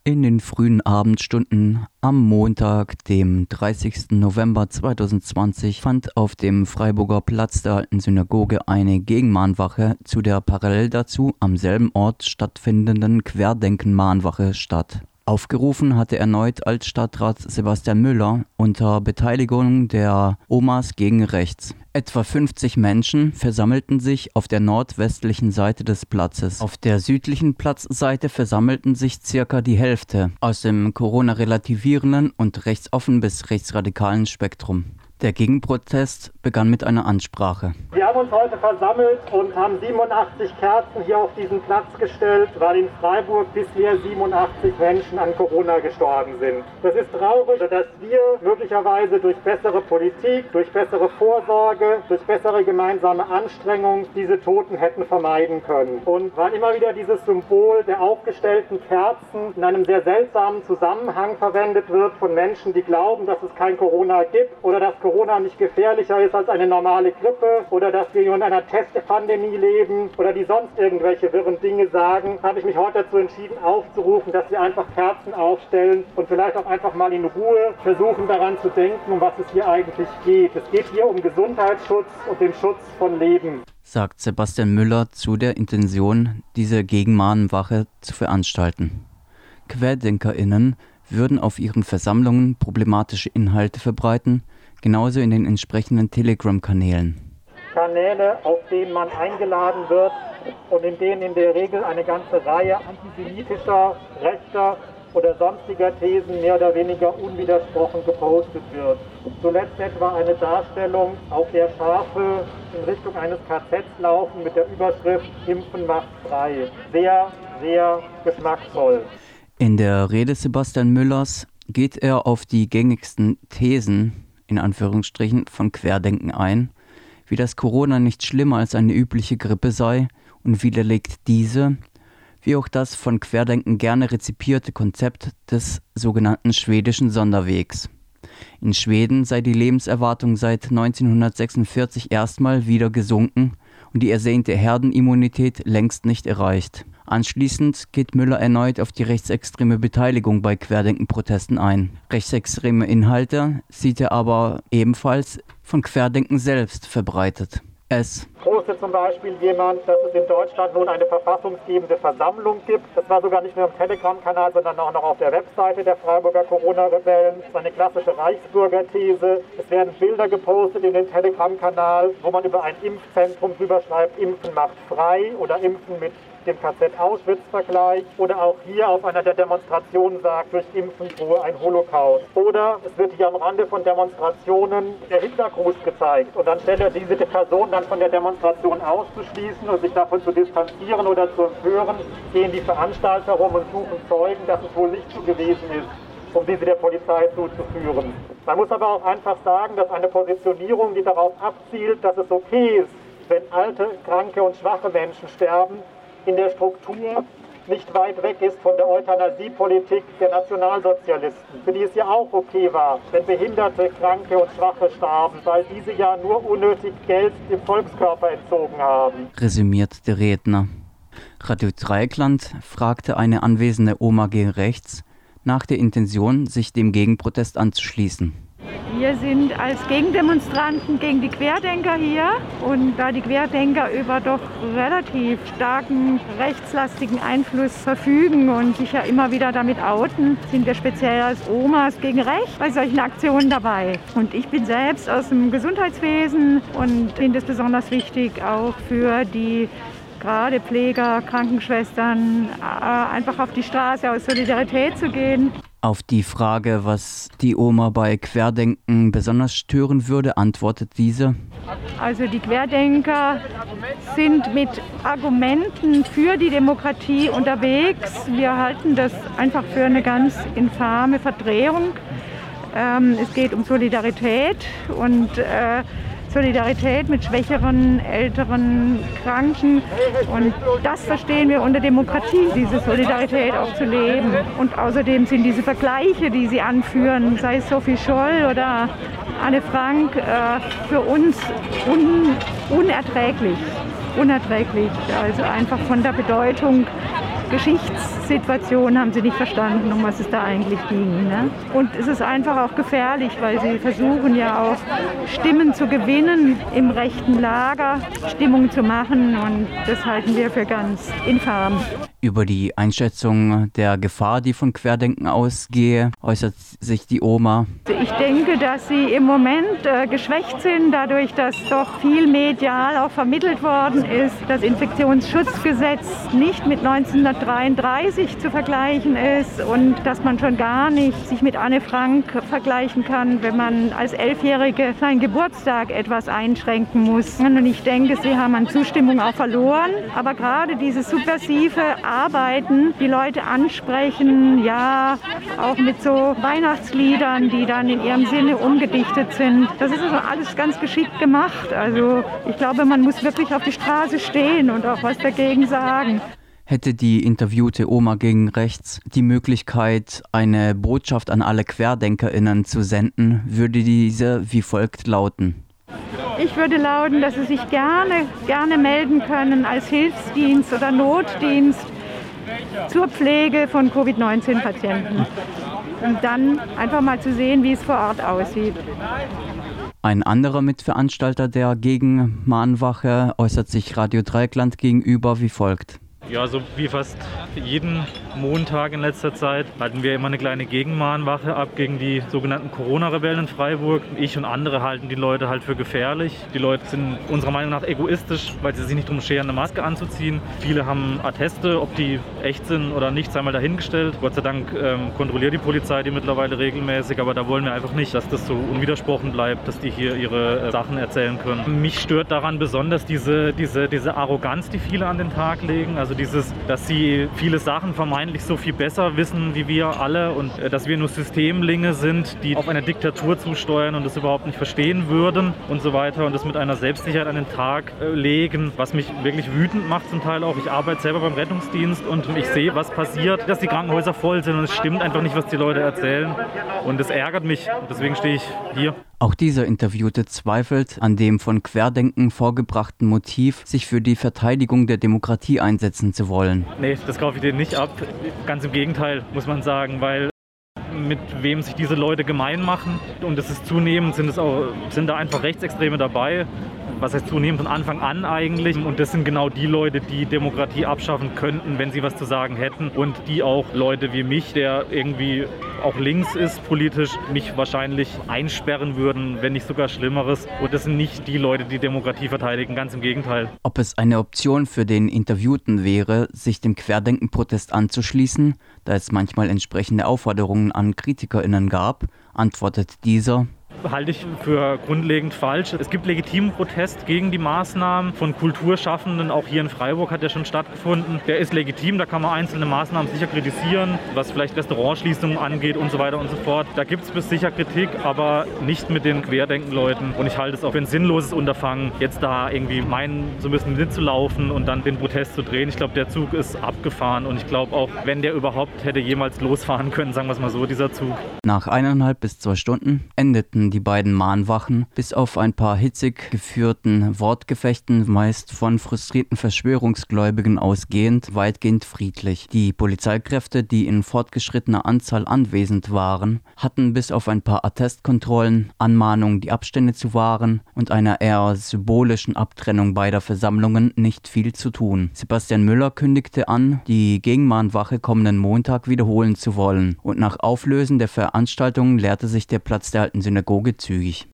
In den frühen Abendstunden am Montag, dem 30. November 2020, fand auf dem Freiburger Platz der Alten Synagoge eine Gegenmahnwache zu der parallel dazu am selben Ort stattfindenden Querdenken-Mahnwache statt. Aufgerufen hatte erneut Altstadtrat Sebastian Müller unter Beteiligung der Omas gegen Rechts. Etwa 50 Menschen versammelten sich auf der nordwestlichen Seite des Platzes. Auf der südlichen Platzseite versammelten sich circa die Hälfte aus dem Corona-relativierenden und rechtsoffen bis rechtsradikalen Spektrum. Der Gegenprotest begann mit einer Ansprache. Wir haben uns heute versammelt und haben 87 Kerzen hier auf diesen Platz gestellt, weil in Freiburg bisher 87 Menschen an Corona gestorben sind. Das ist traurig, dass wir möglicherweise durch bessere Politik, durch bessere Vorsorge, durch bessere gemeinsame Anstrengung diese Toten hätten vermeiden können. Und weil immer wieder dieses Symbol der aufgestellten Kerzen in einem sehr seltsamen Zusammenhang verwendet wird von Menschen, die glauben, dass es kein Corona gibt oder dass Corona nicht gefährlicher ist als eine normale Grippe oder dass wir in einer Testpandemie leben oder die sonst irgendwelche wirren Dinge sagen, habe ich mich heute dazu entschieden aufzurufen, dass wir einfach Kerzen aufstellen und vielleicht auch einfach mal in Ruhe versuchen daran zu denken, um was es hier eigentlich geht. Es geht hier um Gesundheitsschutz und den Schutz von Leben, sagt Sebastian Müller zu der Intention, diese Gegenmahnwache zu veranstalten. QuerdenkerInnen würden auf ihren Versammlungen problematische Inhalte verbreiten, genauso in den entsprechenden Telegram-Kanälen. Kanäle, auf denen man eingeladen wird und in denen in der Regel eine ganze Reihe antisemitischer, rechter oder sonstiger Thesen mehr oder weniger unwidersprochen gepostet wird. Zuletzt etwa eine Darstellung, auf der Schafe in Richtung eines KZs laufen mit der Überschrift Impfen macht frei. Sehr, sehr geschmacksvoll. In der Rede Sebastian Müllers geht er auf die gängigsten Thesen, in Anführungsstrichen, von Querdenken ein, wie das Corona nicht schlimmer als eine übliche Grippe sei und widerlegt diese, wie auch das von Querdenken gerne rezipierte Konzept des sogenannten schwedischen Sonderwegs. In Schweden sei die Lebenserwartung seit 1946 erstmal wieder gesunken und die ersehnte Herdenimmunität längst nicht erreicht. Anschließend geht Müller erneut auf die rechtsextreme Beteiligung bei Querdenken-Protesten ein. Rechtsextreme Inhalte sieht er aber ebenfalls von Querdenken selbst verbreitet. Es postet zum Beispiel jemand, dass es in Deutschland nun eine verfassungsgebende Versammlung gibt. Das war sogar nicht nur im Telegram-Kanal, sondern auch noch auf der Webseite der Freiburger Corona-Rebellen. Das ist eine klassische Reichsbürgerthese. Es werden Bilder gepostet in den Telegram-Kanal, wo man über ein Impfzentrum drüber schreibt, Impfen macht frei oder Impfen mit dem KZ Auschwitz-Vergleich oder auch hier auf einer der Demonstrationen sagt, durch Impfen drohe ein Holocaust. Oder es wird hier am Rande von Demonstrationen der Hitlergruß gezeigt und dann stellt er diese Person dann von der Demonstration auszuschließen und sich davon zu distanzieren oder zu empören, gehen die Veranstalter rum und suchen Zeugen, dass es wohl nicht so gewesen ist, um diese der Polizei zuzuführen. Man muss aber auch einfach sagen, dass eine Positionierung, die darauf abzielt, dass es okay ist, wenn alte, kranke und schwache Menschen sterben, in der Struktur nicht weit weg ist von der Euthanasiepolitik der Nationalsozialisten, für die es ja auch okay war, wenn Behinderte, Kranke und Schwache starben, weil diese ja nur unnötig Geld dem Volkskörper entzogen haben. Resümiert der Redner. Radio Dreieckland fragte eine anwesende Oma gegen Rechts nach der Intention, sich dem Gegenprotest anzuschließen. Wir sind als Gegendemonstranten gegen die Querdenker hier und da die Querdenker über doch relativ starken rechtslastigen Einfluss verfügen und sich ja immer wieder damit outen, sind wir speziell als Omas gegen Recht bei solchen Aktionen dabei. Und ich bin selbst aus dem Gesundheitswesen und finde es besonders wichtig, auch für die gerade Pfleger, Krankenschwestern einfach auf die Straße aus Solidarität zu gehen. Auf die Frage, was die Oma bei Querdenken besonders stören würde, antwortet diese: Also die Querdenker sind mit Argumenten für die Demokratie unterwegs. Wir halten das einfach für eine ganz infame Verdrehung. Es geht um Solidarität und Solidarität mit schwächeren, älteren, Kranken. Und das verstehen wir unter Demokratie, diese Solidarität auch zu leben. Und außerdem sind diese Vergleiche, die Sie anführen, sei es Sophie Scholl oder Anne Frank, für uns unerträglich. Also einfach von der Bedeutung Geschichtssituation haben sie nicht verstanden, um was es da eigentlich ging. Ne? Und es ist einfach auch gefährlich, weil sie versuchen ja auch Stimmen zu gewinnen im rechten Lager, Stimmung zu machen und das halten wir für ganz infam. Über die Einschätzung der Gefahr, die von Querdenken ausgehe, äußert sich die Oma. Ich denke, dass sie im Moment geschwächt sind, dadurch, dass doch viel medial auch vermittelt worden ist. Das Infektionsschutzgesetz nicht mit 1933 zu vergleichen ist und dass man schon gar nicht sich mit Anne Frank vergleichen kann, wenn man als 11-Jährige seinen Geburtstag etwas einschränken muss. Und ich denke, sie haben an Zustimmung auch verloren. Aber gerade dieses subversive Arbeiten, die Leute ansprechen, ja, auch mit so Weihnachtsliedern, die dann in ihrem Sinne umgedichtet sind. Das ist also alles ganz geschickt gemacht. Also ich glaube, man muss wirklich auf die Straße stehen und auch was dagegen sagen. Hätte die interviewte Oma gegen rechts die Möglichkeit, eine Botschaft an alle QuerdenkerInnen zu senden, würde diese wie folgt lauten. Ich würde lauten, dass sie sich gerne melden können als Hilfsdienst oder Notdienst zur Pflege von Covid-19-Patienten. Und dann einfach mal zu sehen, wie es vor Ort aussieht. Ein anderer Mitveranstalter der Gegenmahnwache äußert sich Radio Dreieckland gegenüber wie folgt. Ja, so wie fast jeden Montag in letzter Zeit halten wir immer eine kleine Gegenmahnwache ab gegen die sogenannten Corona-Rebellen in Freiburg. Ich und andere halten die Leute halt für gefährlich. Die Leute sind unserer Meinung nach egoistisch, weil sie sich nicht drum scheren, eine Maske anzuziehen. Viele haben Atteste, ob die echt sind oder nicht, sei mal dahingestellt. Gott sei Dank kontrolliert die Polizei die mittlerweile regelmäßig, aber da wollen wir einfach nicht, dass das so unwidersprochen bleibt, dass die hier ihre Sachen erzählen können. Mich stört daran besonders diese Arroganz, die viele an den Tag legen. Also dass sie viele Sachen vermeintlich so viel besser wissen wie wir alle und dass wir nur Systemlinge sind, die auf eine Diktatur zusteuern und das überhaupt nicht verstehen würden und so weiter und das mit einer Selbstsicherheit an den Tag legen, was mich wirklich wütend macht zum Teil auch. Ich arbeite selber beim Rettungsdienst und ich sehe, was passiert, dass die Krankenhäuser voll sind und es stimmt einfach nicht, was die Leute erzählen und das ärgert mich und deswegen stehe ich hier. Auch dieser Interviewte zweifelt an dem von Querdenken vorgebrachten Motiv, sich für die Verteidigung der Demokratie einsetzen zu wollen. Nee, das kaufe ich denen nicht ab. Ganz im Gegenteil, muss man sagen, weil mit wem sich diese Leute gemein machen und es ist zunehmend, sind da einfach Rechtsextreme dabei. Was heißt zunehmend von Anfang an eigentlich. Und das sind genau die Leute, die Demokratie abschaffen könnten, wenn sie was zu sagen hätten. Und die auch Leute wie mich, der irgendwie auch links ist politisch, mich wahrscheinlich einsperren würden, wenn nicht sogar Schlimmeres. Und das sind nicht die Leute, die Demokratie verteidigen, ganz im Gegenteil. Ob es eine Option für den Interviewten wäre, sich dem Querdenken-Protest anzuschließen, da es manchmal entsprechende Aufforderungen an KritikerInnen gab, antwortet dieser: Halte ich für grundlegend falsch. Es gibt legitimen Protest gegen die Maßnahmen von Kulturschaffenden, auch hier in Freiburg hat der schon stattgefunden. Der ist legitim, da kann man einzelne Maßnahmen sicher kritisieren, was vielleicht Restaurantschließungen angeht und so weiter und so fort. Da gibt es bis sicher Kritik, aber nicht mit den Querdenken-Leuten. Und ich halte es auch für ein sinnloses Unterfangen, jetzt da irgendwie meinen zu müssen, mitzulaufen und dann den Protest zu drehen. Ich glaube, der Zug ist abgefahren und ich glaube auch, wenn der überhaupt hätte jemals losfahren können, sagen wir es mal so, dieser Zug. Nach 1,5 bis 2 Stunden endeten die beiden Mahnwachen bis auf ein paar hitzig geführten Wortgefechten, meist von frustrierten Verschwörungsgläubigen ausgehend, weitgehend friedlich. Die Polizeikräfte, die in fortgeschrittener Anzahl anwesend waren, hatten bis auf ein paar Attestkontrollen, Anmahnungen, die Abstände zu wahren und einer eher symbolischen Abtrennung beider Versammlungen nicht viel zu tun. Sebastian Müller kündigte an, die Gegenmahnwache kommenden Montag wiederholen zu wollen und nach Auflösen der Veranstaltung leerte sich der Platz der alten Synagoge zügig.